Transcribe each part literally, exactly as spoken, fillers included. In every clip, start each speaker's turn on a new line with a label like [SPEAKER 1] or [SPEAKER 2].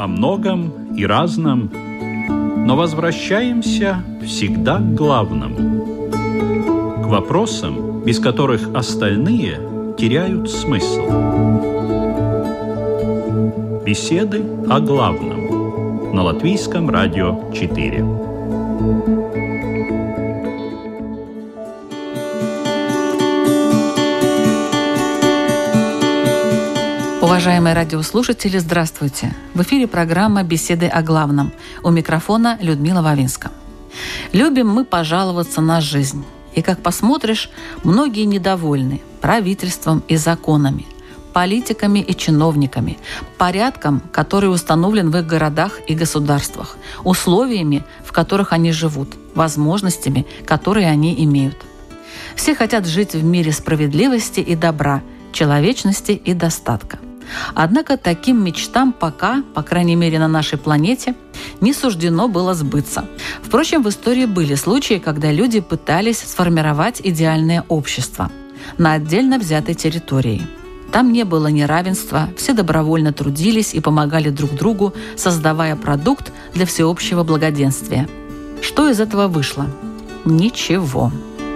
[SPEAKER 1] о многом и разном, но возвращаемся всегда к главному, к вопросам, без которых остальные теряют смысл. Беседы о главном на Латвийском радио четыре.
[SPEAKER 2] Уважаемые радиослушатели, здравствуйте! В эфире программа «Беседы о главном». У микрофона Людмила Вавинска. Любим мы пожаловаться на жизнь. И, как посмотришь, многие недовольны правительством и законами, политиками и чиновниками, порядком, который установлен в их городах и государствах, условиями, в которых они живут, возможностями, которые они имеют. Все хотят жить в мире справедливости и добра, человечности и достатка. Однако таким мечтам пока, по крайней мере на нашей планете, не суждено было сбыться. Впрочем, в истории были случаи, когда люди пытались сформировать идеальное общество на отдельно взятой территории. Там не было неравенства, все добровольно трудились и помогали друг другу, создавая продукт для всеобщего благоденствия. Что из этого вышло? Ничего.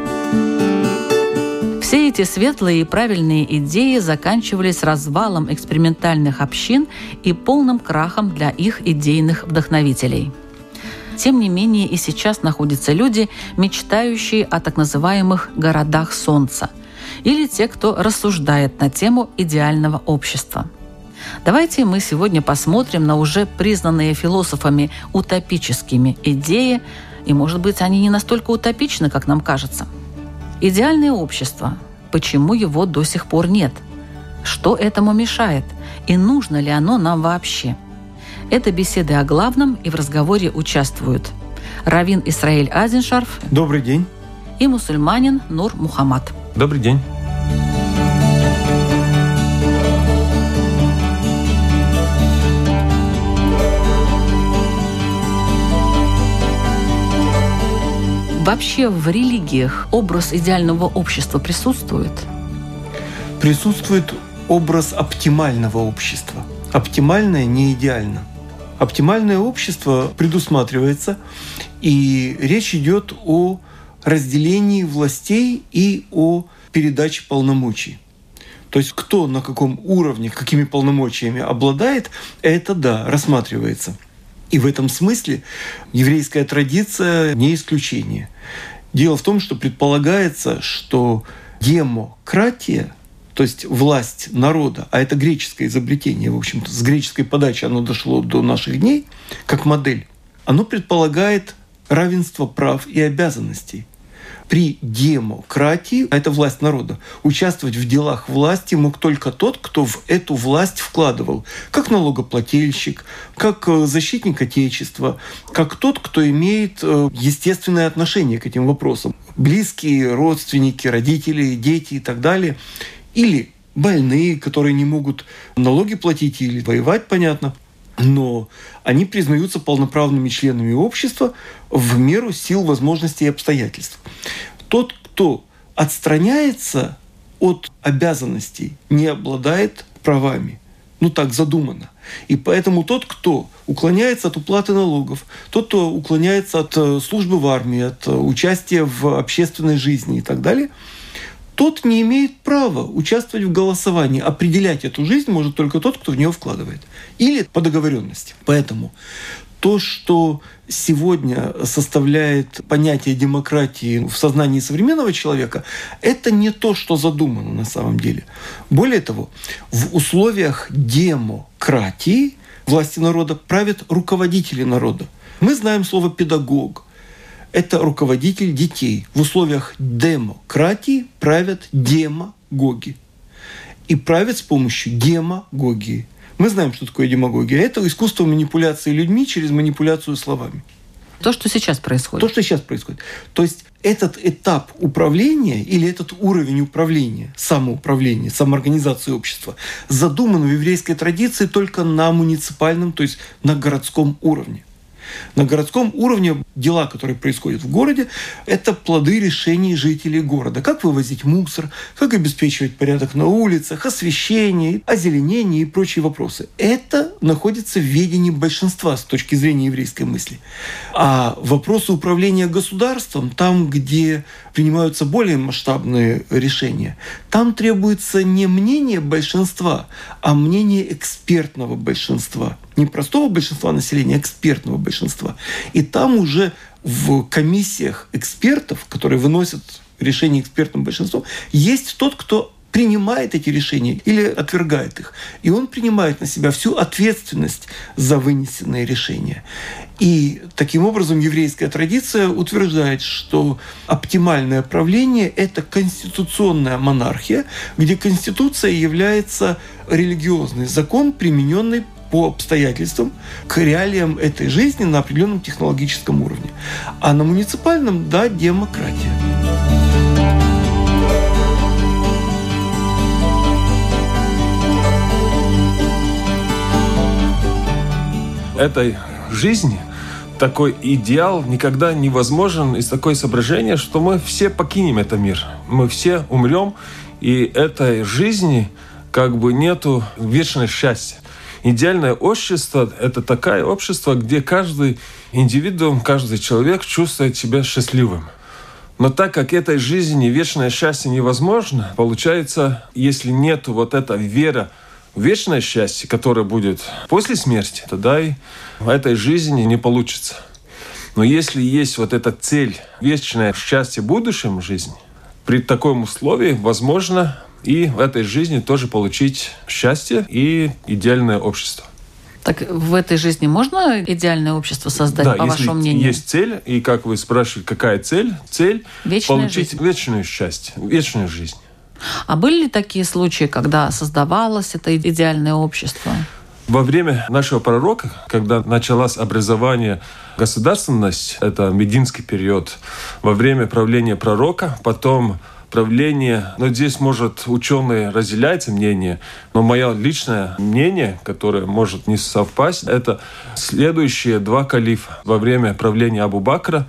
[SPEAKER 2] Все эти светлые и правильные идеи заканчивались развалом экспериментальных общин и полным крахом для их идейных вдохновителей. Тем не менее, и сейчас находятся люди, мечтающие о так называемых «городах солнца», или те, кто рассуждает на тему идеального общества. Давайте мы сегодня посмотрим на уже признанные философами утопическими идеи, и, может быть, они не настолько утопичны, как нам кажется. Идеальное общество. Почему его до сих пор нет? Что этому мешает? И нужно ли оно нам вообще? Это беседы о главном, и в разговоре участвуют раввин Исраэль Азиншарф.
[SPEAKER 3] Добрый день.
[SPEAKER 2] И мусульманин Нур Мухаммад.
[SPEAKER 3] Добрый день.
[SPEAKER 2] Вообще в религиях образ идеального общества присутствует?
[SPEAKER 3] Присутствует образ оптимального общества. Оптимальное не идеально. Оптимальное общество предусматривается, и речь идет о разделении властей и о передаче полномочий. То есть кто на каком уровне, какими полномочиями обладает, это да, рассматривается. И в этом смысле еврейская традиция не исключение. Дело в том, что предполагается, что демократия, то есть власть народа, а это греческое изобретение, в общем-то, с греческой подачи оно дошло до наших дней, как модель, оно предполагает равенство прав и обязанностей. При демократии, а это власть народа, участвовать в делах власти мог только тот, кто в эту власть вкладывал, как налогоплательщик, как защитник Отечества, как тот, кто имеет естественное отношение к этим вопросам. Близкие, родственники, родители, дети и так далее. Или больные, которые не могут налоги платить или воевать, понятно. Но они признаются полноправными членами общества в меру сил, возможностей и обстоятельств. Тот, кто отстраняется от обязанностей, не обладает правами. Ну так задумано. И поэтому тот, кто уклоняется от уплаты налогов, тот, кто уклоняется от службы в армии, от участия в общественной жизни и так далее, тот не имеет права участвовать в голосовании. Определять эту жизнь может только тот, кто в нее вкладывает. Или по договоренности. Поэтому то, что сегодня составляет понятие демократии в сознании современного человека, это не то, что задумано на самом деле. Более того, в условиях демократии власти народа правят руководители народа. Мы знаем слово «педагог». Это руководитель детей. В условиях демократии правят демагоги. И правят с помощью демагогии. Мы знаем, что такое демагогия. Это искусство манипуляции людьми через манипуляцию словами.
[SPEAKER 2] То, что сейчас происходит.
[SPEAKER 3] То, что сейчас происходит. То есть этот этап управления или этот уровень управления, самоуправления, самоорганизации общества задуман в еврейской традиции только на муниципальном, то есть на городском уровне. На городском уровне дела, которые происходят в городе, это плоды решений жителей города. Как вывозить мусор, как обеспечивать порядок на улицах, освещение, озеленение и прочие вопросы. Это находится в ведении большинства с точки зрения еврейской мысли. А вопросы управления государством, там, где принимаются более масштабные решения, там требуется не мнение большинства, а мнение экспертного большинства. Не простого большинства населения, а экспертного большинства. И там уже в комиссиях экспертов, которые выносят решения экспертным большинством, есть тот, кто принимает эти решения или отвергает их. И он принимает на себя всю ответственность за вынесенные решения. И таким образом еврейская традиция утверждает, что оптимальное правление – это конституционная монархия, где конституция является религиозный закон, примененный по обстоятельствам, к реалиям этой жизни на определенном технологическом уровне. А на муниципальном – да, демократия.
[SPEAKER 4] Этой жизни такой идеал никогда невозможен из такой соображения, что мы все покинем этот мир. Мы все умрем, и этой жизни как бы нету вечного счастья. Идеальное общество – это такое общество, где каждый индивидуум, каждый человек чувствует себя счастливым. Но так как этой жизни вечное счастье невозможно, получается, если нет вот этой веры в вечное счастье, которое будет после смерти, тогда и в этой жизни не получится. Но если есть вот эта цель, вечное счастье в будущем жизни, при таком условии возможно и в этой жизни тоже получить счастье и идеальное общество.
[SPEAKER 2] Так в этой жизни можно идеальное общество создать,
[SPEAKER 4] да,
[SPEAKER 2] по вашему мнению?
[SPEAKER 4] Да, если есть цель, и как вы спрашиваете, какая цель? Цель – получить жизнь. Вечное счастье, вечную жизнь.
[SPEAKER 2] А были ли такие случаи, когда создавалось это идеальное общество?
[SPEAKER 4] Во время нашего пророка, когда началось образование государственности, это мединский период, во время правления пророка, потом правление, но здесь, может, ученые разделяются мнение, но мое личное мнение, которое может не совпасть, это следующие два калифа во время правления Абу Бакра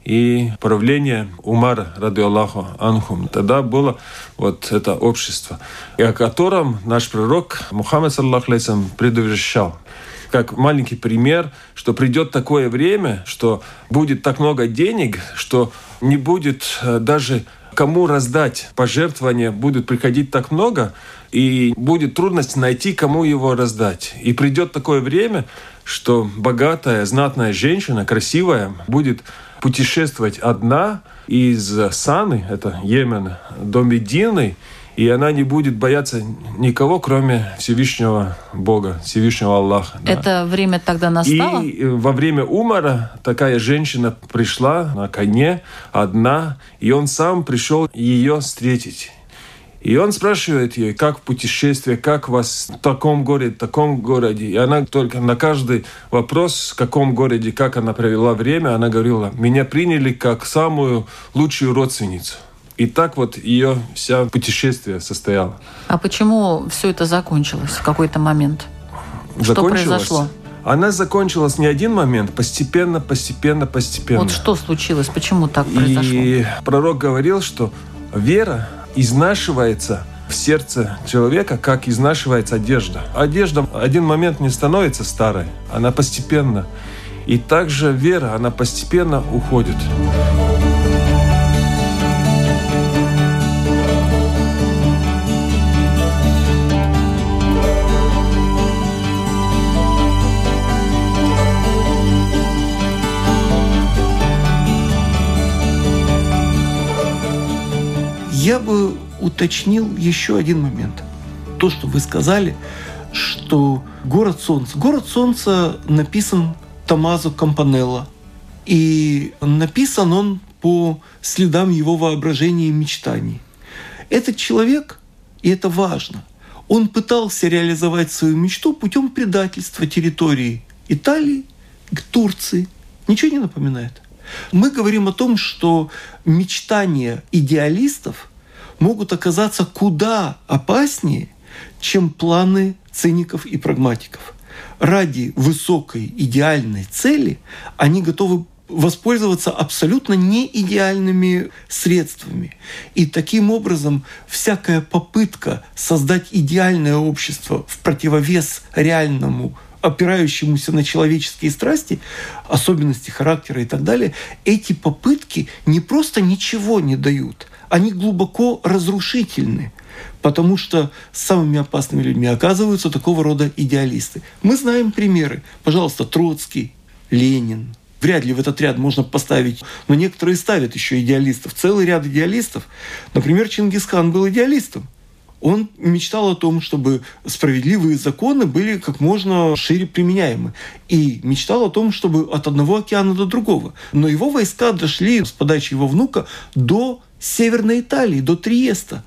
[SPEAKER 4] и правление Умара, ради Аллаху анхум. Тогда было вот это общество, и о котором наш пророк Мухаммад саллаллаху алейхи ва саллям предупреждал. Как маленький пример, что придет такое время, что будет так много денег, что не будет даже кому раздать пожертвования, будет приходить так много, и будет трудность найти, кому его раздать. И придет такое время, что богатая, знатная женщина, красивая, будет путешествовать одна из Саны, это Йемен, до Медины, и она не будет бояться никого, кроме Всевышнего Бога, Всевышнего Аллаха.
[SPEAKER 2] Это да. Время тогда настало?
[SPEAKER 4] И во время Умара такая женщина пришла на коне одна, и он сам пришел ее встретить. И он спрашивает ее, как путешествие, как вас в таком городе, в таком городе. И она только на каждый вопрос, в каком городе, как она провела время, она говорила, меня приняли как самую лучшую родственницу. И так вот ее вся путешествие состояло.
[SPEAKER 2] А почему все это закончилось в какой-то момент? Что произошло?
[SPEAKER 4] Она закончилась не один момент, постепенно, постепенно, постепенно.
[SPEAKER 2] Вот что случилось? Почему так произошло?
[SPEAKER 4] И пророк говорил, что вера изнашивается в сердце человека, как изнашивается одежда. Одежда в один момент не становится старой, она постепенно. И также вера, она постепенно уходит.
[SPEAKER 3] Я бы уточнил еще один момент. То, что вы сказали, что «Город солнца». «Город солнца» написан Томмазо Кампанелло. И написан он по следам его воображения и мечтаний. Этот человек, и это важно, он пытался реализовать свою мечту путем предательства территории Италии к Турции. Ничего не напоминает? Мы говорим о том, что мечтания идеалистов могут оказаться куда опаснее, чем планы циников и прагматиков. ради высокой идеальной цели они готовы воспользоваться абсолютно неидеальными средствами. И таким образом всякая попытка создать идеальное общество в противовес реальному, опирающемуся на человеческие страсти, особенности характера и так далее, эти попытки не просто ничего не дают, они глубоко разрушительны. Потому что самыми опасными людьми оказываются такого рода идеалисты. Мы знаем примеры. Пожалуйста, Троцкий, Ленин. Вряд ли в этот ряд можно поставить, но некоторые ставят еще идеалистов. Целый ряд идеалистов. Например, Чингисхан был идеалистом. Он мечтал о том, чтобы справедливые законы были как можно шире применяемы. И мечтал о том, чтобы от одного океана до другого. Но его войска дошли с подачи его внука до Северной Италии, до Триеста.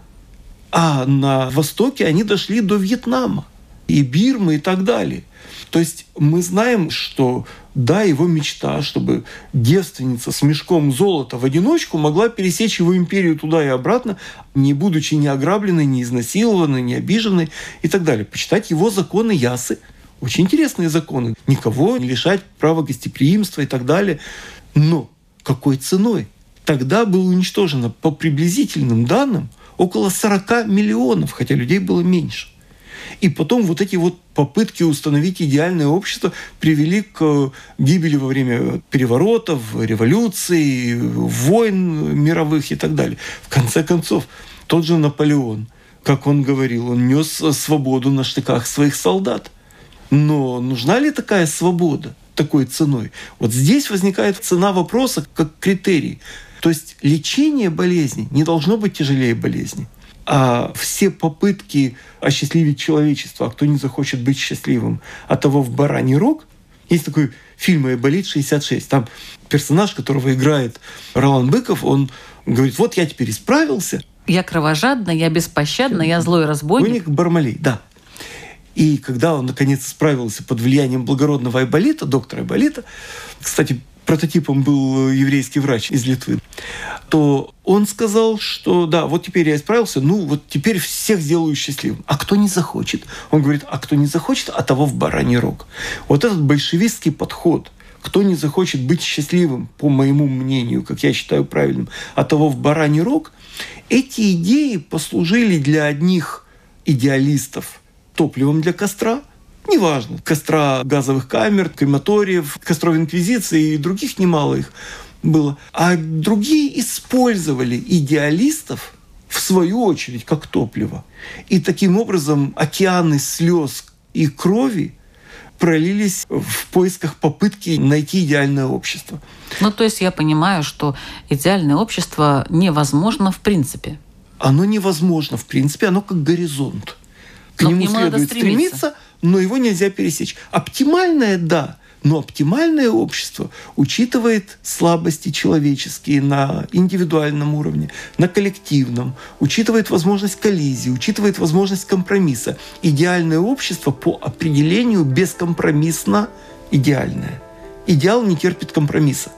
[SPEAKER 3] А на востоке они дошли до Вьетнама и Бирмы и так далее. То есть мы знаем, что да, его мечта, чтобы девственница с мешком золота в одиночку могла пересечь его империю туда и обратно, не будучи ни ограбленной, ни изнасилованной, ни обиженной и так далее. Почитать его законы Ясы. Очень интересные законы. Никого не лишать права гостеприимства и так далее. Но какой ценой? Тогда было уничтожено по приблизительным данным около сорок миллионов, хотя людей было меньше. И потом вот эти вот попытки установить идеальное общество привели к гибели во время переворотов, революций, войн мировых и так далее. В конце концов, тот же Наполеон, как он говорил, он нес свободу на штыках своих солдат. Но нужна ли такая свобода такой ценой? Вот здесь возникает цена вопроса как критерий. То есть лечение болезни не должно быть тяжелее болезни. А все попытки осчастливить человечество, а кто не захочет быть счастливым, от того в бараний рог. Есть такой фильм «Айболит шестьдесят шесть». Там персонаж, которого играет Ролан Быков, он говорит, вот я теперь исправился.
[SPEAKER 2] Я кровожадный, я беспощадный, я злой разбойник.
[SPEAKER 3] Разбойник Бармалей, да. И когда он, наконец, справился под влиянием благородного Айболита, доктора Айболита, кстати, прототипом был еврейский врач из Литвы, то он сказал, что да, вот теперь я исправился, ну вот теперь всех сделаю счастливым. А кто не захочет? Он говорит, а кто не захочет, а того в бараний рог. Вот этот большевистский подход, кто не захочет быть счастливым, по моему мнению, как я считаю правильным, а того в бараний рог, эти идеи послужили для одних идеалистов топливом для костра, неважно, костра газовых камер, крематориев, костров инквизиции и других немало их было. А другие использовали идеалистов, в свою очередь, как топливо. И таким образом океаны слез и крови пролились в поисках попытки найти идеальное общество.
[SPEAKER 2] Ну, то есть я понимаю, что идеальное общество невозможно в принципе.
[SPEAKER 3] Оно невозможно в принципе, оно как горизонт. К
[SPEAKER 2] Но
[SPEAKER 3] нему
[SPEAKER 2] к нему
[SPEAKER 3] следует
[SPEAKER 2] надо стремиться.
[SPEAKER 3] стремиться, но его нельзя пересечь. Оптимальное – да, но оптимальное общество учитывает слабости человеческие на индивидуальном уровне, на коллективном, учитывает возможность коллизии, учитывает возможность компромисса. Идеальное общество по определению бескомпромиссно идеальное. Идеал не терпит компромисса.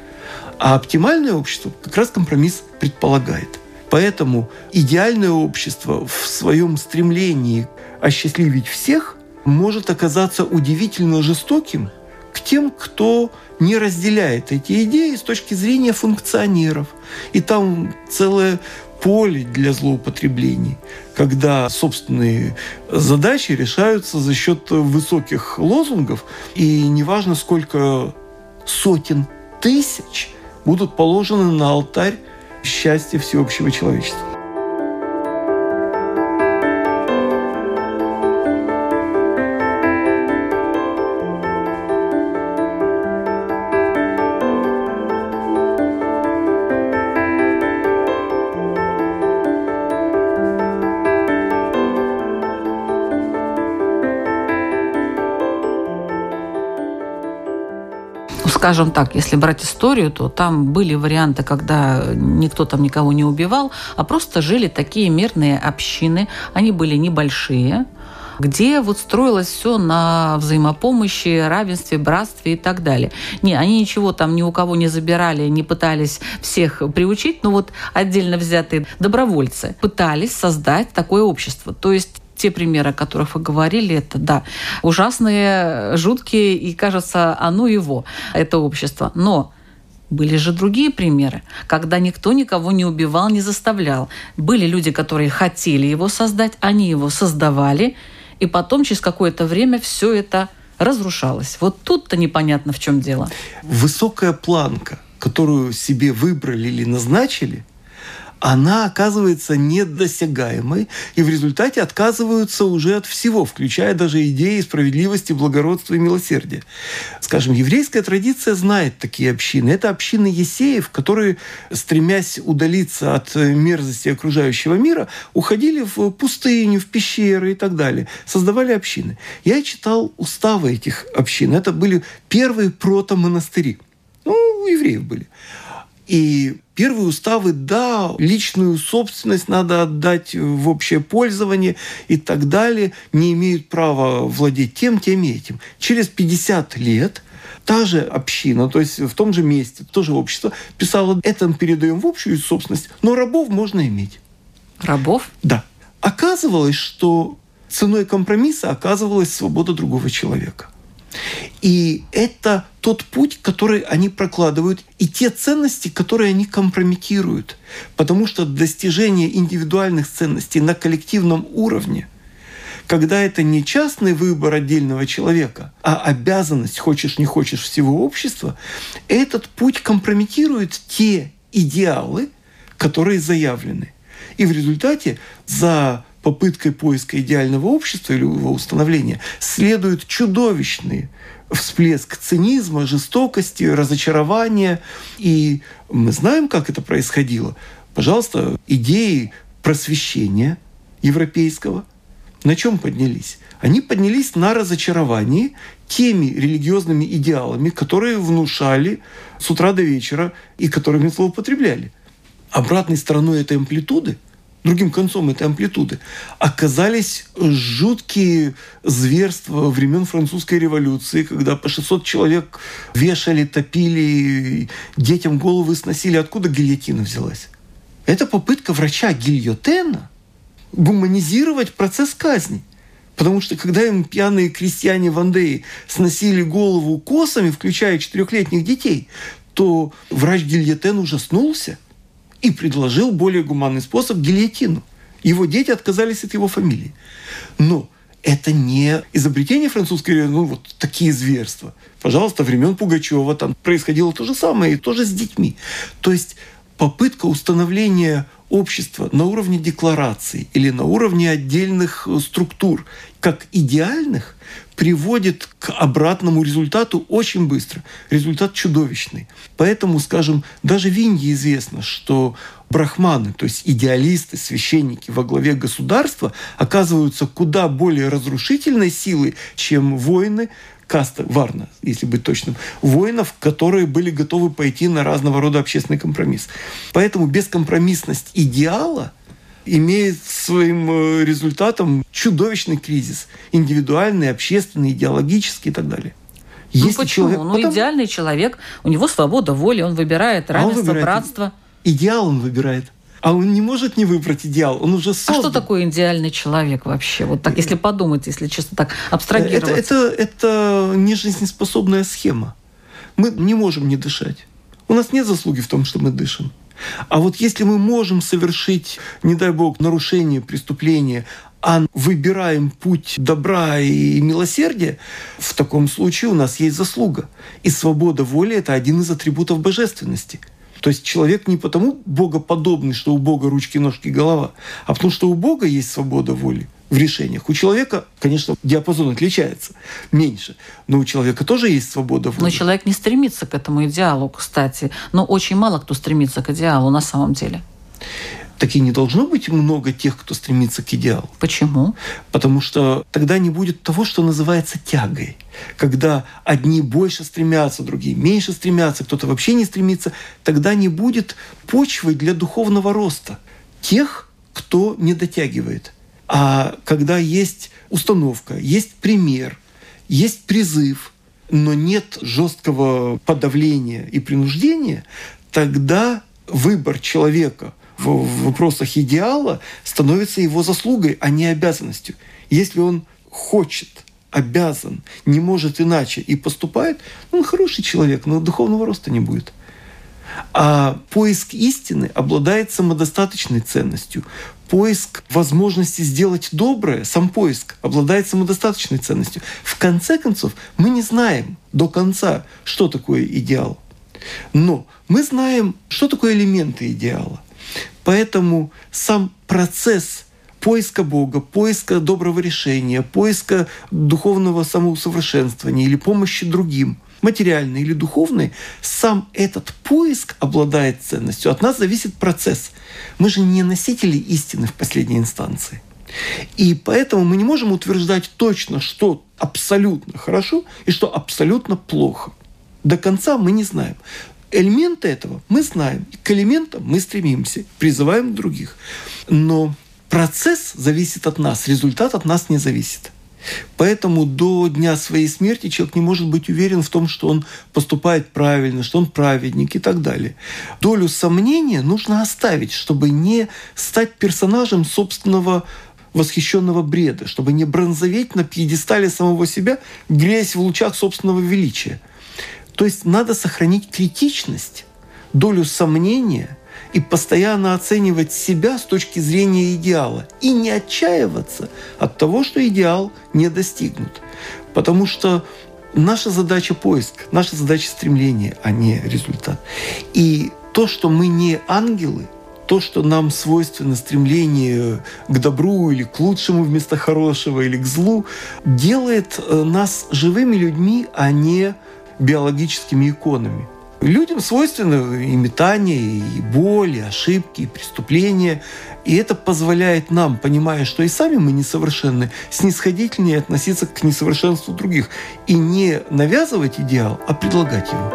[SPEAKER 3] А оптимальное общество как раз компромисс предполагает. Поэтому идеальное общество в своем стремлении осчастливить всех может оказаться удивительно жестоким к тем, кто не разделяет эти идеи с точки зрения функционеров. И там целое поле для злоупотреблений, когда собственные задачи решаются за счет высоких лозунгов, и неважно, сколько сотен тысяч будут положены на алтарь счастья всеобщего человечества.
[SPEAKER 2] Скажем так, если брать историю, то там были варианты, когда никто там никого не убивал, а просто жили такие мирные общины. Они были небольшие, где вот строилось все на взаимопомощи, равенстве, братстве и так далее. Не, они ничего там ни у кого не забирали, не пытались всех приучить, но вот отдельно взятые добровольцы пытались создать такое общество. То есть те примеры, о которых вы говорили, это, да, ужасные, жуткие, и, кажется, оно его, это общество. Но были же другие примеры, когда никто никого не убивал, не заставлял. Были люди, которые хотели его создать, они его создавали, и потом через какое-то время все это разрушалось. Вот тут-то непонятно, в чем дело.
[SPEAKER 3] Высокая планка, которую себе выбрали или назначили, она оказывается недосягаемой, и в результате отказываются уже от всего, включая даже идеи справедливости, благородства и милосердия. Скажем, еврейская традиция знает такие общины. Это общины есеев, которые, стремясь удалиться от мерзости окружающего мира, уходили в пустыню, в пещеры и так далее. Создавали общины. Я читал уставы этих общин. Это были первые протомонастыри. Ну, у евреев были. И первые уставы, да, личную собственность надо отдать в общее пользование и так далее, не имеют права владеть тем, тем и этим. Через пятьдесят лет та же община, то есть в том же месте, то же общество, писала, это мы передаем в общую собственность, но рабов можно иметь.
[SPEAKER 2] Рабов?
[SPEAKER 3] Да. Оказывалось, что ценой компромисса оказывалась свобода другого человека. И это тот путь, который они прокладывают, и те ценности, которые они компрометируют. Потому что достижение индивидуальных ценностей на коллективном уровне, когда это не частный выбор отдельного человека, а обязанность, хочешь не хочешь, всего общества, этот путь компрометирует те идеалы, которые заявлены. И в результате за попыткой поиска идеального общества или его установления следует чудовищный всплеск цинизма, жестокости, разочарования. И мы знаем, как это происходило. Пожалуйста, идеи просвещения европейского на чем поднялись? Они поднялись на разочаровании теми религиозными идеалами, которые внушали с утра до вечера и которыми злоупотребляли. Обратной стороной этой амплитуды, другим концом этой амплитуды, оказались жуткие зверства времен французской революции, когда по шестьсот человек вешали, топили, детям головы сносили. Откуда гильотина взялась? Это попытка врача Гильотена гуманизировать процесс казни. Потому что когда им пьяные крестьяне Вандеи сносили голову косами, включая четырехлетних детей, то врач Гильотен ужаснулся и предложил более гуманный способ — гильотину. Его дети отказались от его фамилии. Но это не изобретение французской, ну вот такие зверства. Пожалуйста, времен Пугачева там происходило то же самое, и тоже с детьми. То есть попытка установления общества на уровне деклараций или на уровне отдельных структур как идеальных приводит к обратному результату очень быстро. Результат чудовищный. Поэтому, скажем, даже в Индии известно, что брахманы, то есть идеалисты, священники во главе государства, оказываются куда более разрушительной силой, чем воины, каста Варна, если быть точным, воинов, которые были готовы пойти на разного рода общественный компромисс. Поэтому бескомпромиссность идеала имеет своим результатом чудовищный кризис. Индивидуальный, общественный, идеологический и так далее.
[SPEAKER 2] Ну почему? Человек... Ну Потом... идеальный человек, у него свобода воли, он выбирает равенство, а он выбирает... братство.
[SPEAKER 3] Идеал он выбирает. А он не может не выбрать идеал, он уже создан.
[SPEAKER 2] А что такое идеальный человек вообще? Вот так, если подумать, если честно так абстрагироваться.
[SPEAKER 3] Это, это, это не жизнеспособная схема. Мы не можем не дышать. У нас нет заслуги в том, что мы дышим. А вот если мы можем совершить, не дай бог, нарушение, преступление, а выбираем путь добра и милосердия, в таком случае у нас есть заслуга. И свобода воли — это один из атрибутов божественности. То есть человек не потому богоподобный, что у Бога ручки, ножки, голова, а потому что у Бога есть свобода воли в решениях. У человека, конечно, диапазон отличается меньше, но у человека тоже есть свобода воли.
[SPEAKER 2] Но человек не стремится к этому идеалу, кстати. Но очень мало кто стремится к идеалу на самом деле.
[SPEAKER 3] Так и не должно быть много тех, кто стремится к идеалу.
[SPEAKER 2] Почему?
[SPEAKER 3] Потому что тогда не будет того, что называется тягой. Когда одни больше стремятся, другие меньше стремятся, кто-то вообще не стремится, тогда не будет почвы для духовного роста тех, кто не дотягивает. А когда есть установка, есть пример, есть призыв, но нет жесткого подавления и принуждения, тогда выбор человека в вопросах идеала становится его заслугой, а не обязанностью. Если он хочет, обязан, не может иначе и поступает, он хороший человек, но духовного роста не будет. А поиск истины обладает самодостаточной ценностью. Поиск возможности сделать доброе, сам поиск обладает самодостаточной ценностью. В конце концов, мы не знаем до конца, что такое идеал. Но мы знаем, что такое элементы идеала. Поэтому сам процесс поиска Бога, поиска доброго решения, поиска духовного самоусовершенствования или помощи другим, материальной или духовной, сам этот поиск обладает ценностью. От нас зависит процесс. Мы же не носители истины в последней инстанции. И поэтому мы не можем утверждать точно, что абсолютно хорошо и что абсолютно плохо. До конца мы не знаем. Элементы этого мы знаем. И к элементам мы стремимся, призываем других. Но процесс зависит от нас, результат от нас не зависит. Поэтому до дня своей смерти человек не может быть уверен в том, что он поступает правильно, что он праведник и так далее. Долю сомнения нужно оставить, чтобы не стать персонажем собственного восхищенного бреда, чтобы не бронзоветь на пьедестале самого себя, греясь в лучах собственного величия. То есть надо сохранить критичность, долю сомнения и постоянно оценивать себя с точки зрения идеала. И не отчаиваться от того, что идеал не достигнут. Потому что наша задача — поиск, наша задача — стремление, а не результат. И то, что мы не ангелы, то, что нам свойственно стремление к добру или к лучшему вместо хорошего, или к злу, делает нас живыми людьми, а не биологическими иконами. Людям свойственно и метание, и боль, и ошибки, и преступления. И это позволяет нам, понимая, что и сами мы несовершенны, снисходительнее относиться к несовершенству других. И не навязывать идеал, а предлагать его.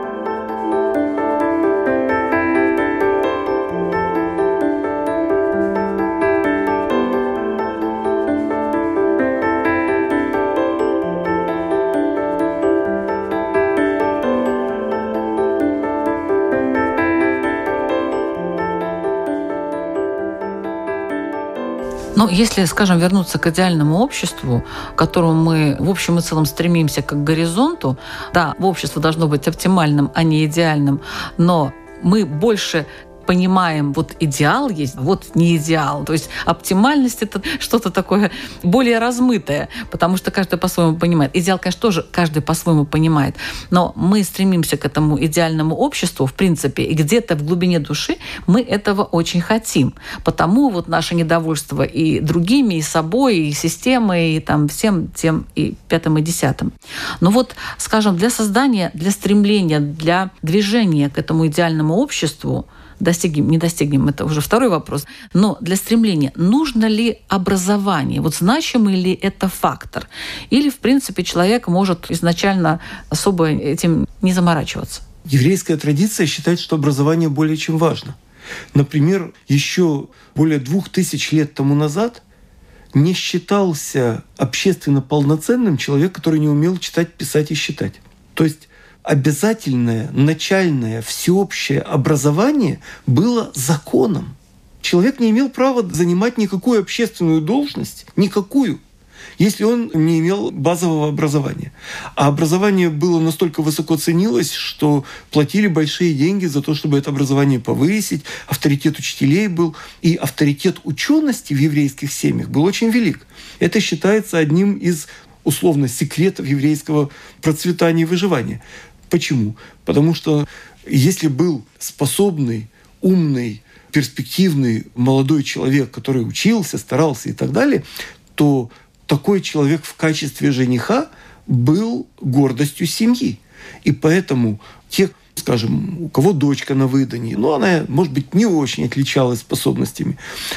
[SPEAKER 2] Но если, скажем, вернуться к идеальному обществу, к которому мы в общем и целом стремимся как к горизонту, да, общество должно быть оптимальным, а не идеальным, но мы больше понимаем, вот идеал есть, вот не идеал. То есть оптимальность — это что-то такое более размытое, потому что каждый по-своему понимает. Идеал, конечно, тоже каждый по-своему понимает, но мы стремимся к этому идеальному обществу, в принципе, и где-то в глубине души мы этого очень хотим. Потому вот наше недовольство и другими, и собой, и системой, и там всем тем, и пятым, и десятым. Но вот, скажем, для создания, для стремления, для движения к этому идеальному обществу, достигнем, не достигнем, это уже второй вопрос. Но для стремления нужно ли образование? Вот значимый ли это фактор? Или, в принципе, человек может изначально особо этим не заморачиваться?
[SPEAKER 3] Еврейская традиция считает, что образование более чем важно. Например, еще более двух тысяч лет тому назад не считался общественно полноценным человек, который не умел читать, писать и считать. То есть обязательное, начальное, всеобщее образование было законом. Человек не имел права занимать никакую общественную должность, никакую, если он не имел базового образования. А образование было настолько высоко ценилось, что платили большие деньги за то, чтобы это образование повысить, авторитет учителей был, и авторитет учености в еврейских семьях был очень велик. Это считается одним из условно секретов еврейского процветания и выживания. Почему? Потому что если был способный, умный, перспективный молодой человек, который учился, старался и так далее, то такой человек в качестве жениха был гордостью семьи. И поэтому те, скажем, у кого дочка на выданье, ну, она, может быть, не очень отличалась способностями,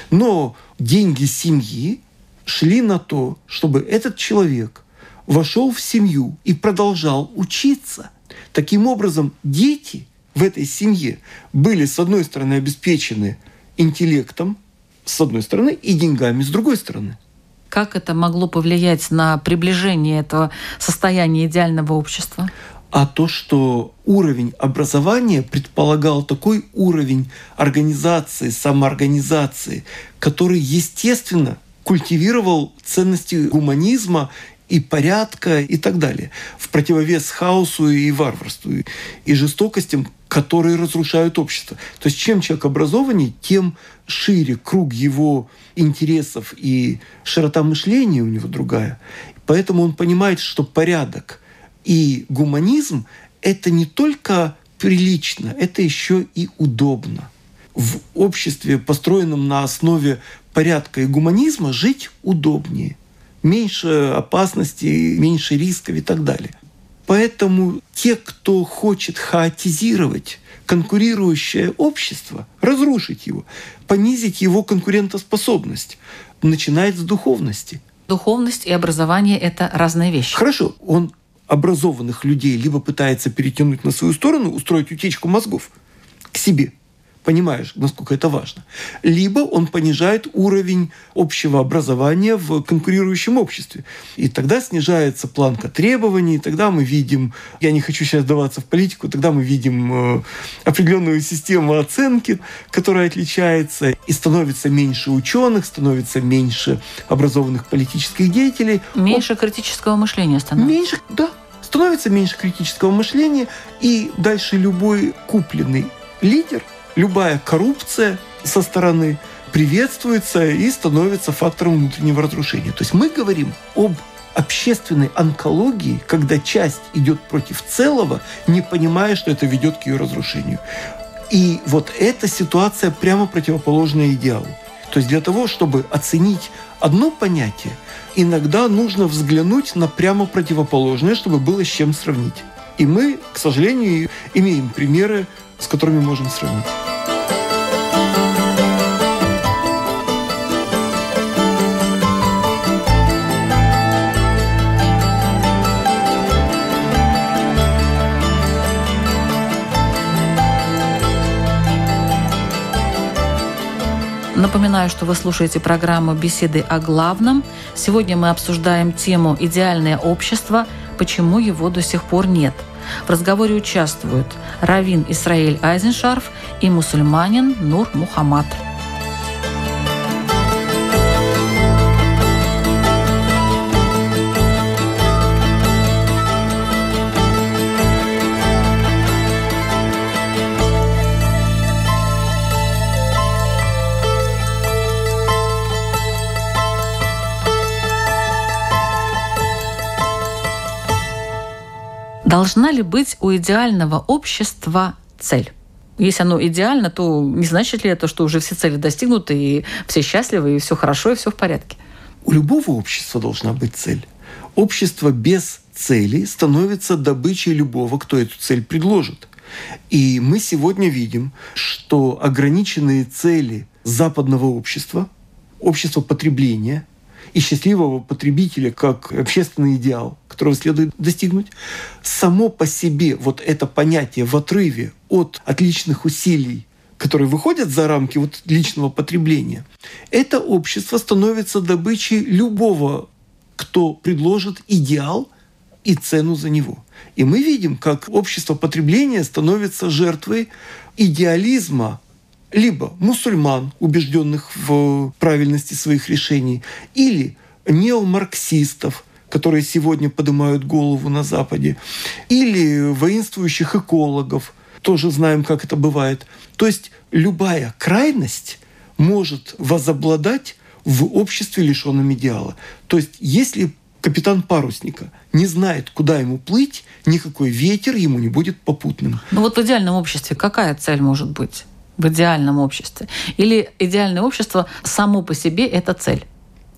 [SPEAKER 3] но деньги семьи шли на то, чтобы этот человек вошел в семью и продолжал учиться. Таким образом, дети в этой семье были, с одной стороны, обеспечены интеллектом, с одной стороны, и деньгами, с другой стороны.
[SPEAKER 2] Как это могло повлиять на приближение этого состояния идеального общества?
[SPEAKER 3] а то, что уровень образования предполагал такой уровень организации, самоорганизации, который, естественно, культивировал ценности гуманизма и порядка и так далее, в противовес хаосу и варварству, и жестокостям, которые разрушают общество. То есть чем человек образованнее, тем шире круг его интересов и широта мышления у него другая. Поэтому он понимает, что порядок и гуманизм — это не только прилично, это еще и удобно. В обществе, построенном на основе порядка и гуманизма, жить удобнее. Меньше опасностей, меньше рисков и так далее. Поэтому те, кто хочет хаотизировать конкурирующее общество, разрушить его, понизить его конкурентоспособность, начинает с духовности.
[SPEAKER 2] Духовность и образование — это разные вещи.
[SPEAKER 3] Хорошо, он образованных людей либо пытается перетянуть на свою сторону, устроить утечку мозгов к себе, понимаешь, насколько это важно, либо он понижает уровень общего образования в конкурирующем обществе. И тогда снижается планка требований, тогда мы видим, я не хочу сейчас вдаваться в политику, тогда мы видим определенную систему оценки, которая отличается, и становится меньше ученых, становится меньше образованных политических деятелей.
[SPEAKER 2] Меньше он... критического мышления становится.
[SPEAKER 3] Меньше, да. Становится меньше критического мышления, и дальше любой купленный лидер, любая коррупция со стороны приветствуется и становится фактором внутреннего разрушения. То есть мы говорим об общественной онкологии, когда часть идет против целого, не понимая, что это ведет к ее разрушению. И вот эта ситуация прямо противоположная идеалу. То есть для того, чтобы оценить одно понятие, иногда нужно взглянуть на прямо противоположное, чтобы было с чем сравнить. И мы, к сожалению, имеем примеры, с которыми можем сравнить.
[SPEAKER 2] Напоминаю, что вы слушаете программу «Беседы о главном». Сегодня мы обсуждаем тему «Идеальное общество. Почему его до сих пор нет?». В разговоре участвуют раввин Исраэль Айзеншарф и мусульманин Нур Мухаммад. Должна ли быть у идеального общества цель? Если оно идеально, то не значит ли это, что уже все цели достигнуты, и все счастливы, и все хорошо, и все в порядке?
[SPEAKER 3] У любого общества должна быть цель. Общество без цели становится добычей любого, кто эту цель предложит. И мы сегодня видим, что ограниченные цели западного общества, общества потребления и счастливого потребителя как общественный идеал, которого следует достигнуть, само по себе вот это понятие в отрыве от отличных усилий, которые выходят за рамки вот личного потребления, это общество становится добычей любого, кто предложит идеал и цену за него. И мы видим, как общество потребления становится жертвой идеализма либо мусульман, убежденных в правильности своих решений, или неомарксистов, которые сегодня поднимают голову на Западе, или воинствующих экологов, тоже знаем, как это бывает. То есть любая крайность может возобладать в обществе, лишенном идеала. То есть если капитан парусника не знает, куда ему плыть, никакой ветер ему не будет попутным.
[SPEAKER 2] Ну вот в идеальном обществе какая цель может быть? В идеальном обществе? Или идеальное общество само по себе – это цель?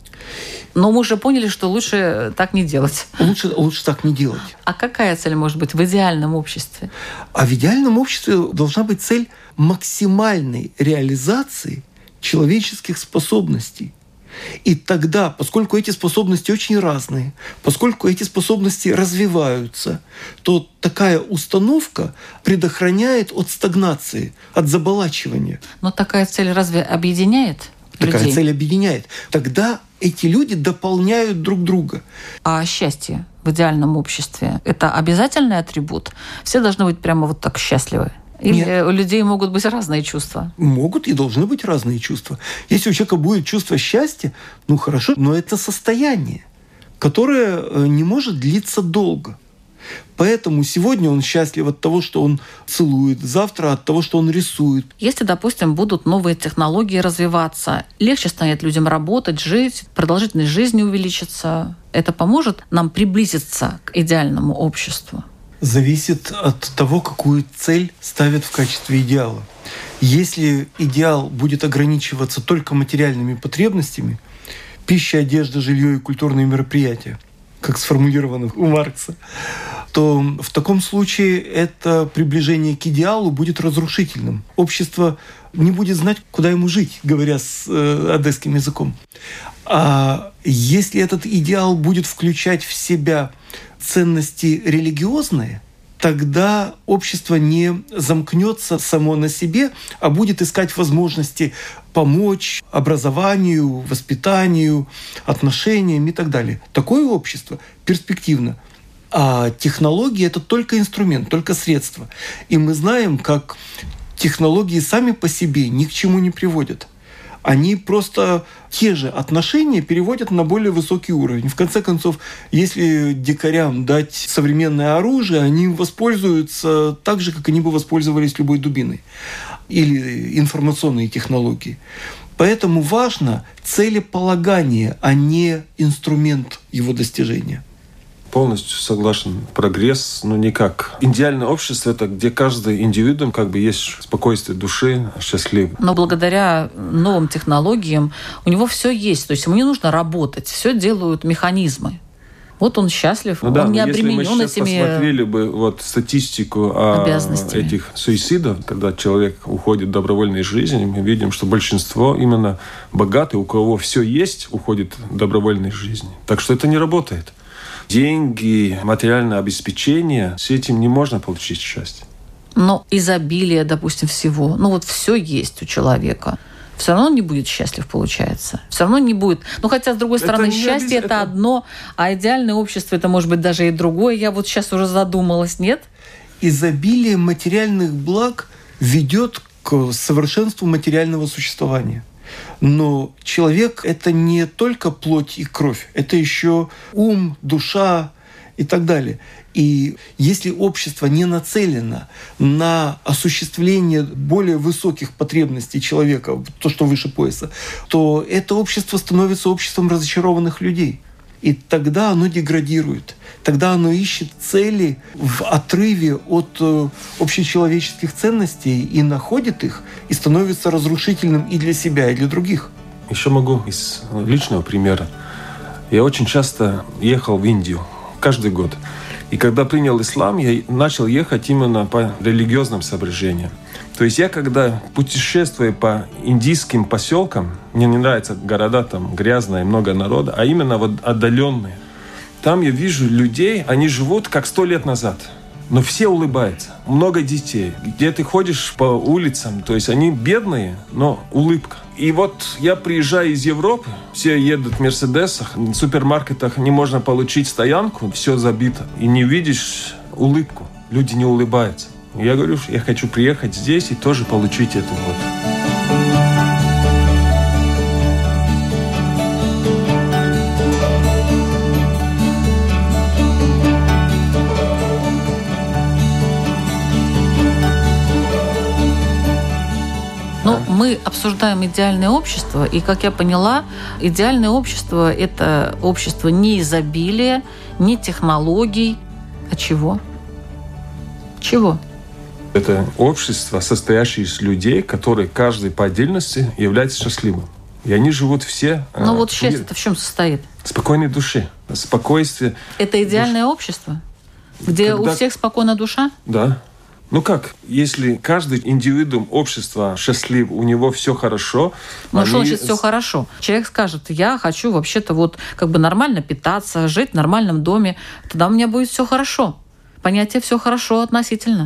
[SPEAKER 2] Но мы уже поняли, что лучше так не делать.
[SPEAKER 3] Лучше, лучше так не делать.
[SPEAKER 2] А какая цель может быть в идеальном обществе?
[SPEAKER 3] А в идеальном обществе должна быть цель максимальной реализации человеческих способностей. И тогда, поскольку эти способности очень разные, поскольку эти способности развиваются, то такая установка предохраняет от стагнации, от заболачивания.
[SPEAKER 2] Но такая цель разве объединяет?
[SPEAKER 3] Такая
[SPEAKER 2] людей.
[SPEAKER 3] цель объединяет. Тогда эти люди дополняют друг друга.
[SPEAKER 2] А счастье в идеальном обществе – это обязательный атрибут? Все должны быть прямо вот так счастливы? Или Нет. у людей могут быть разные чувства?
[SPEAKER 3] Могут и должны быть разные чувства. Если у человека будет чувство счастья, ну хорошо, но это состояние, которое не может длиться долго. Поэтому сегодня он счастлив от того, что он целует, завтра от того, что он рисует.
[SPEAKER 2] Если, допустим, будут новые технологии развиваться, легче станет людям работать, жить, продолжительность жизни увеличится, это поможет нам приблизиться к идеальному обществу?
[SPEAKER 3] Зависит от того, какую цель ставят в качестве идеала. Если идеал будет ограничиваться только материальными потребностями, пища, одежда, жилье и культурные мероприятия, как сформулировано у Маркса, то в таком случае это приближение к идеалу будет разрушительным. Общество не будет знать, куда ему жить, говоря с э, одесским языком. А если этот идеал будет включать в себя ценности религиозные, тогда общество не замкнется само на себе, а будет искать возможности помочь образованию, воспитанию, отношениям и так далее. Такое общество перспективно. А технологии — это только инструмент, только средство. И мы знаем, как технологии сами по себе ни к чему не приводят. Они просто те же отношения переводят на более высокий уровень. В конце концов, если дикарям дать современное оружие, они им воспользуются так же, как они бы воспользовались любой дубиной или информационные технологии. Поэтому важно целеполагание, а не инструмент его достижения.
[SPEAKER 4] Полностью согласен. Прогресс, ну никак. Идеальное общество — это где каждый индивидуум как бы есть спокойствие души, счастлив.
[SPEAKER 2] Но благодаря новым технологиям у него все есть. То есть ему не нужно работать. Все делают механизмы. Вот он счастлив,
[SPEAKER 4] ну, да,
[SPEAKER 2] он не обременен этими
[SPEAKER 4] если мы сейчас посмотрели бы вот статистику о этих суицидах, когда человек уходит в добровольной жизни, мы видим, что большинство именно богатые, у кого все есть, уходит в добровольной жизни. Так что это не работает. Деньги, материальное обеспечение, с этим не можно получить счастье.
[SPEAKER 2] Но изобилие, допустим, всего, ну вот все есть у человека. Все равно он не будет счастлив, получается. Все равно не будет. Ну, хотя, с другой стороны, счастье – это, это одно, а идеальное общество – это, может быть, даже и другое. Я вот сейчас уже задумалась, нет?
[SPEAKER 3] Изобилие материальных благ ведет к совершенству материального существования. Но человек – это не только плоть и кровь, это еще ум, душа и так далее. И если общество не нацелено на осуществление более высоких потребностей человека, то, что выше пояса, то это общество становится обществом разочарованных людей. И тогда оно деградирует. Тогда оно ищет цели в отрыве от общечеловеческих ценностей и находит их, и становится разрушительным и для себя, и для других.
[SPEAKER 4] Еще могу из личного примера. Я очень часто ехал в Индию, каждый год. И когда принял ислам, я начал ехать именно по религиозным соображениям. То есть я, когда путешествую по индийским поселкам, мне не нравятся города, там грязные, много народа, а именно вот отдаленные. Там я вижу людей, они живут как сто лет назад. Но все улыбаются, много детей. Где ты ходишь по улицам, то есть они бедные, но улыбка. И вот я приезжаю из Европы, все едут в Мерседесах, в супермаркетах не можно получить стоянку, все забито. И не видишь улыбку, люди не улыбаются. Я говорю, я хочу приехать здесь и тоже получить это вот.
[SPEAKER 2] Ну, мы обсуждаем идеальное общество, и, как я поняла, идеальное общество – это общество не изобилия, не технологий, а чего? Чего?
[SPEAKER 4] Это общество, состоящее из людей, которые каждый по отдельности является счастливым. И они живут все...
[SPEAKER 2] Ну вот счастье-то в чем состоит?
[SPEAKER 4] Спокойной души, спокойствие.
[SPEAKER 2] Это идеальное душ... общество? Где Когда... у всех спокойная душа?
[SPEAKER 4] Да. Ну как, если каждый индивидуум общества счастлив, у него все хорошо...
[SPEAKER 2] Ну они... что значит все хорошо? Человек скажет, я хочу вообще-то вот как бы нормально питаться, жить в нормальном доме, тогда у меня будет все хорошо. Понятие «все хорошо» относительно.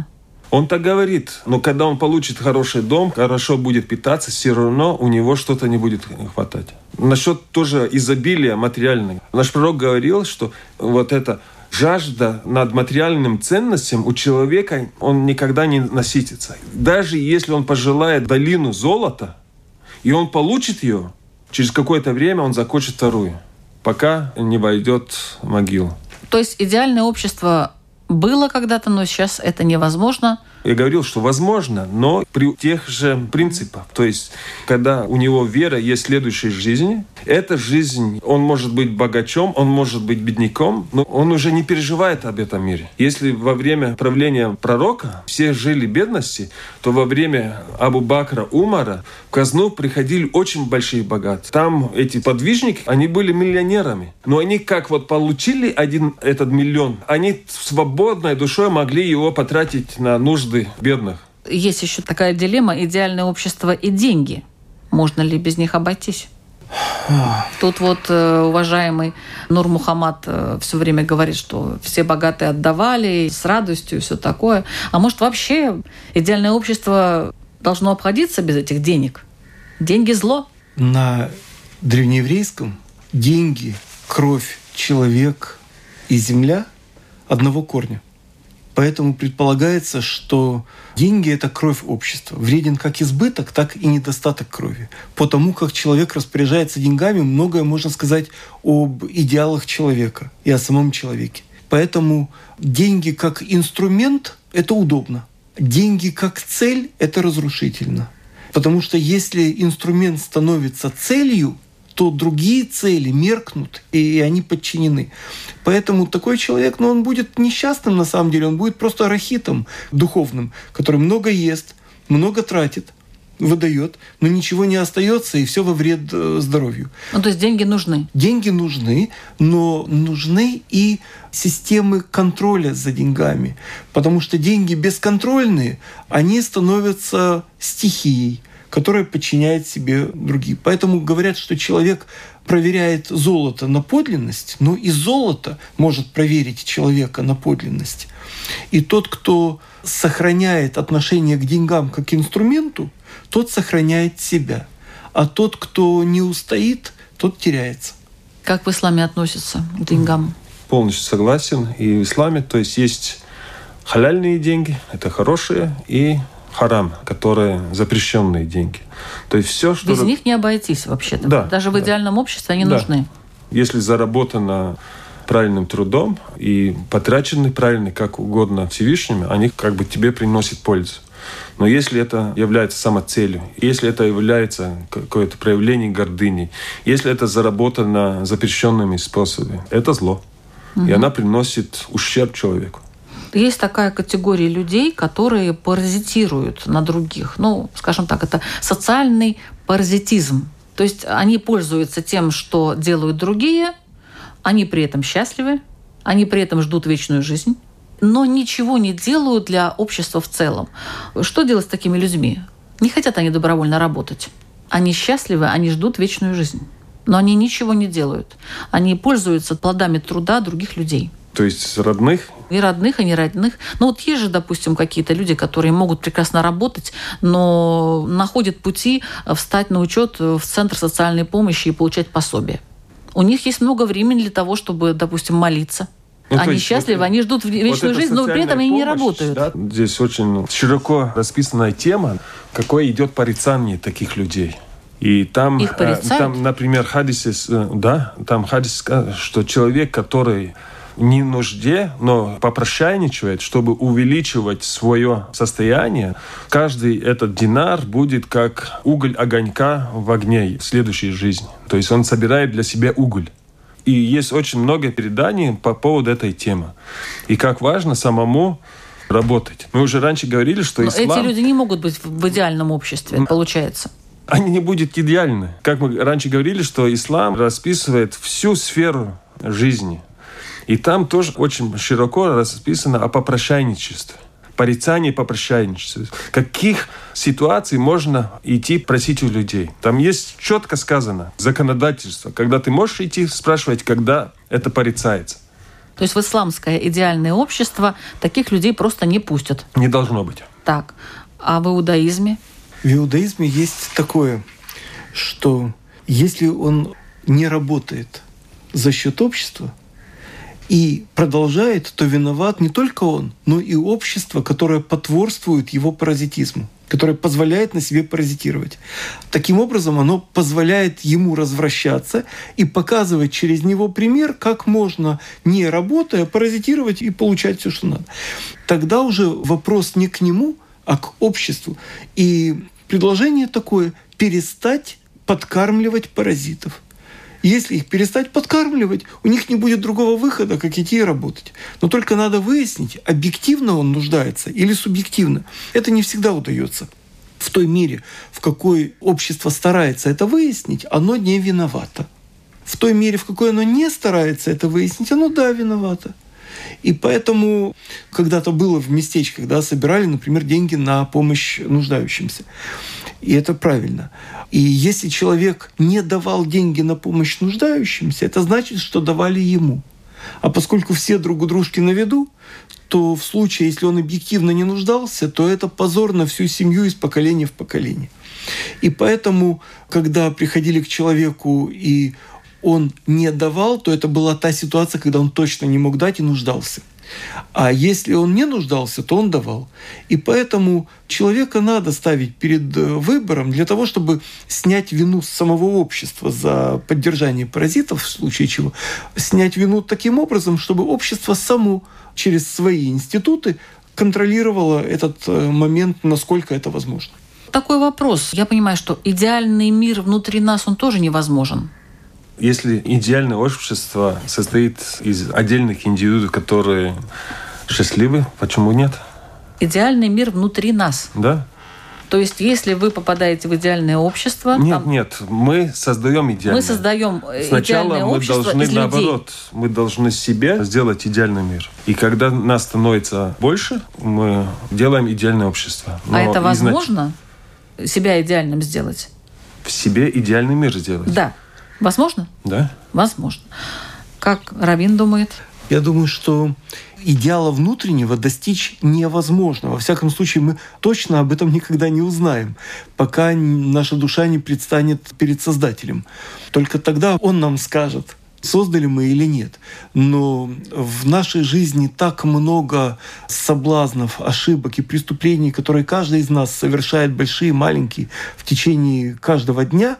[SPEAKER 4] Он так говорит, но когда он получит хороший дом, хорошо будет питаться, все равно у него что-то не будет хватать. Насчет тоже изобилия материального. Наш пророк говорил, что вот это жажда над материальным ценностям у человека, он никогда не насытится. Даже если он пожелает долину золота, и он получит ее, через какое-то время он закончит вторую, пока не войдет в могилу.
[SPEAKER 2] То есть идеальное общество было когда-то, но сейчас это невозможно.
[SPEAKER 4] Я говорил, что возможно, но при тех же принципах. То есть, когда у него вера есть в следующей жизни, эта жизнь, он может быть богачом, он может быть бедняком, но он уже не переживает об этом мире. Если во время правления пророка все жили в бедности, то во время Абу Бакра, Умара в казну приходили очень большие богатства. Там эти подвижники, они были миллионерами. Но они как вот получили один этот миллион, они свободной душой могли его потратить на нужды бедных.
[SPEAKER 2] Есть еще такая дилемма: идеальное общество и деньги. Можно ли без них обойтись? Тут вот уважаемый Нур Мухаммад все время говорит, что все богатые отдавали с радостью и все такое. А может, вообще идеальное общество должно обходиться без этих денег? Деньги – зло.
[SPEAKER 3] На древнееврейском деньги, кровь, человек и земля одного корня. Поэтому предполагается, что деньги – это кровь общества. Вреден как избыток, так и недостаток крови. По тому, как человек распоряжается деньгами, многое можно сказать об идеалах человека и о самом человеке. Поэтому деньги как инструмент – это удобно. Деньги как цель – это разрушительно. Потому что если инструмент становится целью, то другие цели меркнут, и они подчинены. Поэтому такой человек, ну, он будет несчастным на самом деле, он будет просто арахитом духовным, который много ест, много тратит, выдает, но ничего не остается, и все во вред здоровью.
[SPEAKER 2] Ну, то есть деньги нужны?
[SPEAKER 3] Деньги нужны, но нужны и системы контроля за деньгами. Потому что деньги бесконтрольные, они становятся стихией, которая подчиняет себе другие. Поэтому говорят, что человек проверяет золото на подлинность, но и золото может проверить человека на подлинность. И тот, кто сохраняет отношение к деньгам как к инструменту, тот сохраняет себя. А тот, кто не устоит, тот теряется.
[SPEAKER 2] Как в исламе относятся к деньгам?
[SPEAKER 4] Полностью согласен. И в исламе, то есть есть халяльные деньги, это хорошие, и харам, которые запрещенные деньги. То есть все, что...
[SPEAKER 2] Без них не обойтись вообще-то.
[SPEAKER 4] Да,
[SPEAKER 2] Даже в
[SPEAKER 4] да.
[SPEAKER 2] идеальном обществе они
[SPEAKER 4] да.
[SPEAKER 2] нужны.
[SPEAKER 4] Если заработано правильным трудом и потрачены правильно, как угодно Всевышним, они как бы тебе приносят пользу. Но если это является самоцелью, если это является какое-то проявление гордыни, если это заработано запрещенными способами, это зло. Угу. И она приносит ущерб человеку.
[SPEAKER 2] Есть такая категория людей, которые паразитируют на других. Ну, скажем так, это социальный паразитизм. То есть они пользуются тем, что делают другие, они при этом счастливы, они при этом ждут вечную жизнь, но ничего не делают для общества в целом. Что делать с такими людьми? Не хотят они добровольно работать. Они счастливы, они ждут вечную жизнь. Но они ничего не делают. Они пользуются плодами труда других людей.
[SPEAKER 4] То есть родных?
[SPEAKER 2] И родных, и неродных. Ну вот есть же, допустим, какие-то люди, которые могут прекрасно работать, но находят пути встать на учет в Центр социальной помощи и получать пособие. У них есть много времени для того, чтобы, допустим, молиться. Ну, они счастливы, вот, они ждут вечную вот жизнь, но при этом они не работают.
[SPEAKER 4] Да? Здесь очень широко расписанная тема, какое идет порицание таких людей. И там,
[SPEAKER 2] их порицают?
[SPEAKER 4] Там, например, хадис, да, там хадис, что человек, который не в нужде, но попрошайничает, чтобы увеличивать свое состояние, каждый этот динар будет как уголь огонька в огне в следующей жизни. То есть он собирает для себя уголь. И есть очень много переданий по поводу этой темы. И как важно самому работать. Мы уже раньше говорили, что
[SPEAKER 2] но
[SPEAKER 4] ислам...
[SPEAKER 2] эти люди не могут быть в идеальном обществе, получается.
[SPEAKER 4] Они не будут идеальны. Как мы раньше говорили, что ислам расписывает всю сферу жизни. И там тоже очень широко расписано о попрошайничестве. Порицание попрошайничества. Каких ситуаций можно идти просить у людей? Там есть четко сказано законодательство, когда ты можешь идти спрашивать, когда это порицается.
[SPEAKER 2] То есть в исламское идеальное общество таких людей просто не пустят.
[SPEAKER 4] Не должно быть.
[SPEAKER 2] Так. А в иудаизме?
[SPEAKER 3] В иудаизме есть такое, что если он не работает за счет общества и продолжает, то виноват не только он, но и общество, которое потворствует его паразитизму, которое позволяет на себе паразитировать. Таким образом, оно позволяет ему развращаться и показывать через него пример, как можно, не работая, паразитировать и получать все, что надо. Тогда уже вопрос не к нему, а к обществу. И предложение такое – перестать подкармливать паразитов. Если их перестать подкармливать, у них не будет другого выхода, как идти и работать. Но только надо выяснить, объективно он нуждается или субъективно. Это не всегда удается. В той мере, в какой общество старается это выяснить, оно не виновато. В той мере, в какой оно не старается это выяснить, оно, да, виновато. И поэтому когда-то было в местечках, да, собирали, например, деньги на помощь нуждающимся. И это правильно. И если человек не давал деньги на помощь нуждающимся, это значит, что давали ему. А поскольку все друг у дружки на виду, то в случае, если он объективно не нуждался, то это позор на всю семью из поколения в поколение. И поэтому, когда приходили к человеку и он не давал, то это была та ситуация, когда он точно не мог дать и нуждался. А если он не нуждался, то он давал. И поэтому человека надо ставить перед выбором для того, чтобы снять вину с самого общества за поддержание паразитов, в случае чего, снять вину таким образом, чтобы общество само через свои институты контролировало этот момент, насколько это возможно.
[SPEAKER 2] Такой вопрос. Я понимаю, что идеальный мир внутри нас, он тоже невозможен.
[SPEAKER 4] Если идеальное общество состоит из отдельных индивидуумов, которые счастливы, почему нет?
[SPEAKER 2] Идеальный мир внутри нас.
[SPEAKER 4] Да.
[SPEAKER 2] То есть, если вы попадаете в идеальное общество...
[SPEAKER 4] Нет,
[SPEAKER 2] там...
[SPEAKER 4] нет, мы создаем идеальное.
[SPEAKER 2] Мы создаем
[SPEAKER 4] Сначала
[SPEAKER 2] идеальное
[SPEAKER 4] мы
[SPEAKER 2] общество
[SPEAKER 4] должны,
[SPEAKER 2] из
[SPEAKER 4] наоборот,
[SPEAKER 2] людей.
[SPEAKER 4] мы должны себе сделать идеальный мир. И когда нас становится больше, мы делаем идеальное общество.
[SPEAKER 2] Но а это
[SPEAKER 4] изнач...
[SPEAKER 2] возможно? Себя идеальным сделать?
[SPEAKER 4] В себе идеальный мир сделать.
[SPEAKER 2] Да. Возможно?
[SPEAKER 4] Да.
[SPEAKER 2] Возможно. Как Равин думает?
[SPEAKER 3] Я думаю, что идеала внутреннего достичь невозможно. Во всяком случае, мы точно об этом никогда не узнаем, пока наша душа не предстанет перед Создателем. Только тогда Он нам скажет, создали мы или нет. Но в нашей жизни так много соблазнов, ошибок и преступлений, которые каждый из нас совершает, большие, маленькие, в течение каждого дня,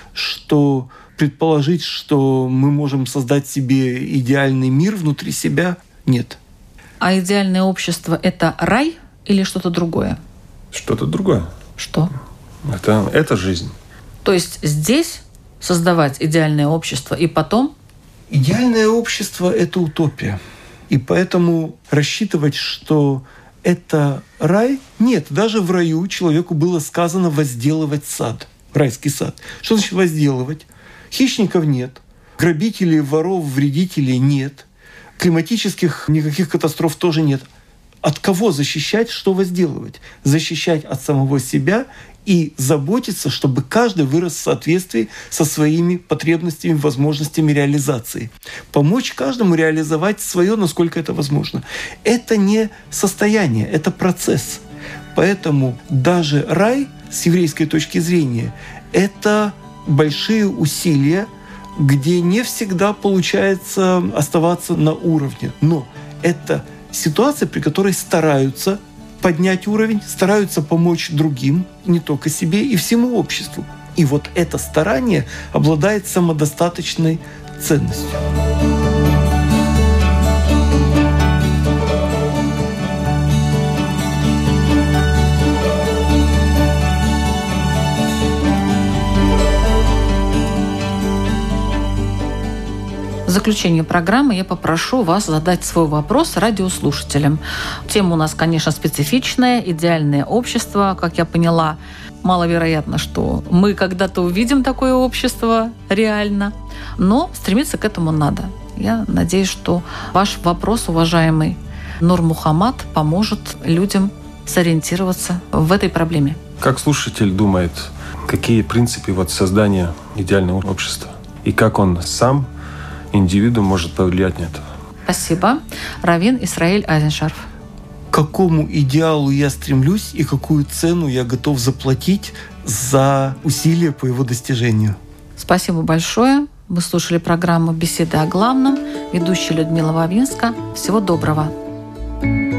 [SPEAKER 3] что предположить, что мы можем создать себе идеальный мир внутри себя, нет.
[SPEAKER 2] А идеальное общество – это рай или что-то другое?
[SPEAKER 4] Что-то другое.
[SPEAKER 2] Что?
[SPEAKER 4] Это, это жизнь.
[SPEAKER 2] То есть здесь создавать идеальное общество и потом…
[SPEAKER 3] Идеальное общество – это утопия. И поэтому рассчитывать, что это рай, нет. Даже в раю человеку было сказано возделывать сад, райский сад. Что значит возделывать? Хищников нет, грабителей, воров, вредителей нет, климатических никаких катастроф тоже нет. От кого защищать, что возделывать? Защищать от самого себя и заботиться, чтобы каждый вырос в соответствии со своими потребностями, возможностями реализации. Помочь каждому реализовать свое, насколько это возможно. Это не состояние, это процесс. Поэтому даже рай, с еврейской точки зрения, это большие усилия, где не всегда получается оставаться на уровне. Но это ситуация, при которой стараются поднять уровень, стараются помочь другим, не только себе, и всему обществу. И вот это старание обладает самодостаточной ценностью.
[SPEAKER 2] В заключение программы я попрошу вас задать свой вопрос радиослушателям. Тема у нас, конечно, специфичная, идеальное общество, как я поняла. Маловероятно, что мы когда-то увидим такое общество реально, но стремиться к этому надо. Я надеюсь, что ваш вопрос, уважаемый Нур Мухаммад, поможет людям сориентироваться в этой проблеме.
[SPEAKER 4] Как слушатель думает, какие принципы вот создания идеального общества? И как он сам, индивидуум, может повлиять на это?
[SPEAKER 2] Спасибо. Раввин Исраэль Айзеншарф.
[SPEAKER 3] К какому идеалу я стремлюсь и какую цену я готов заплатить за усилия по его достижению?
[SPEAKER 2] Спасибо большое. Вы слушали программу «Беседы о главном». Ведущая Людмила Вавинска. Всего доброго.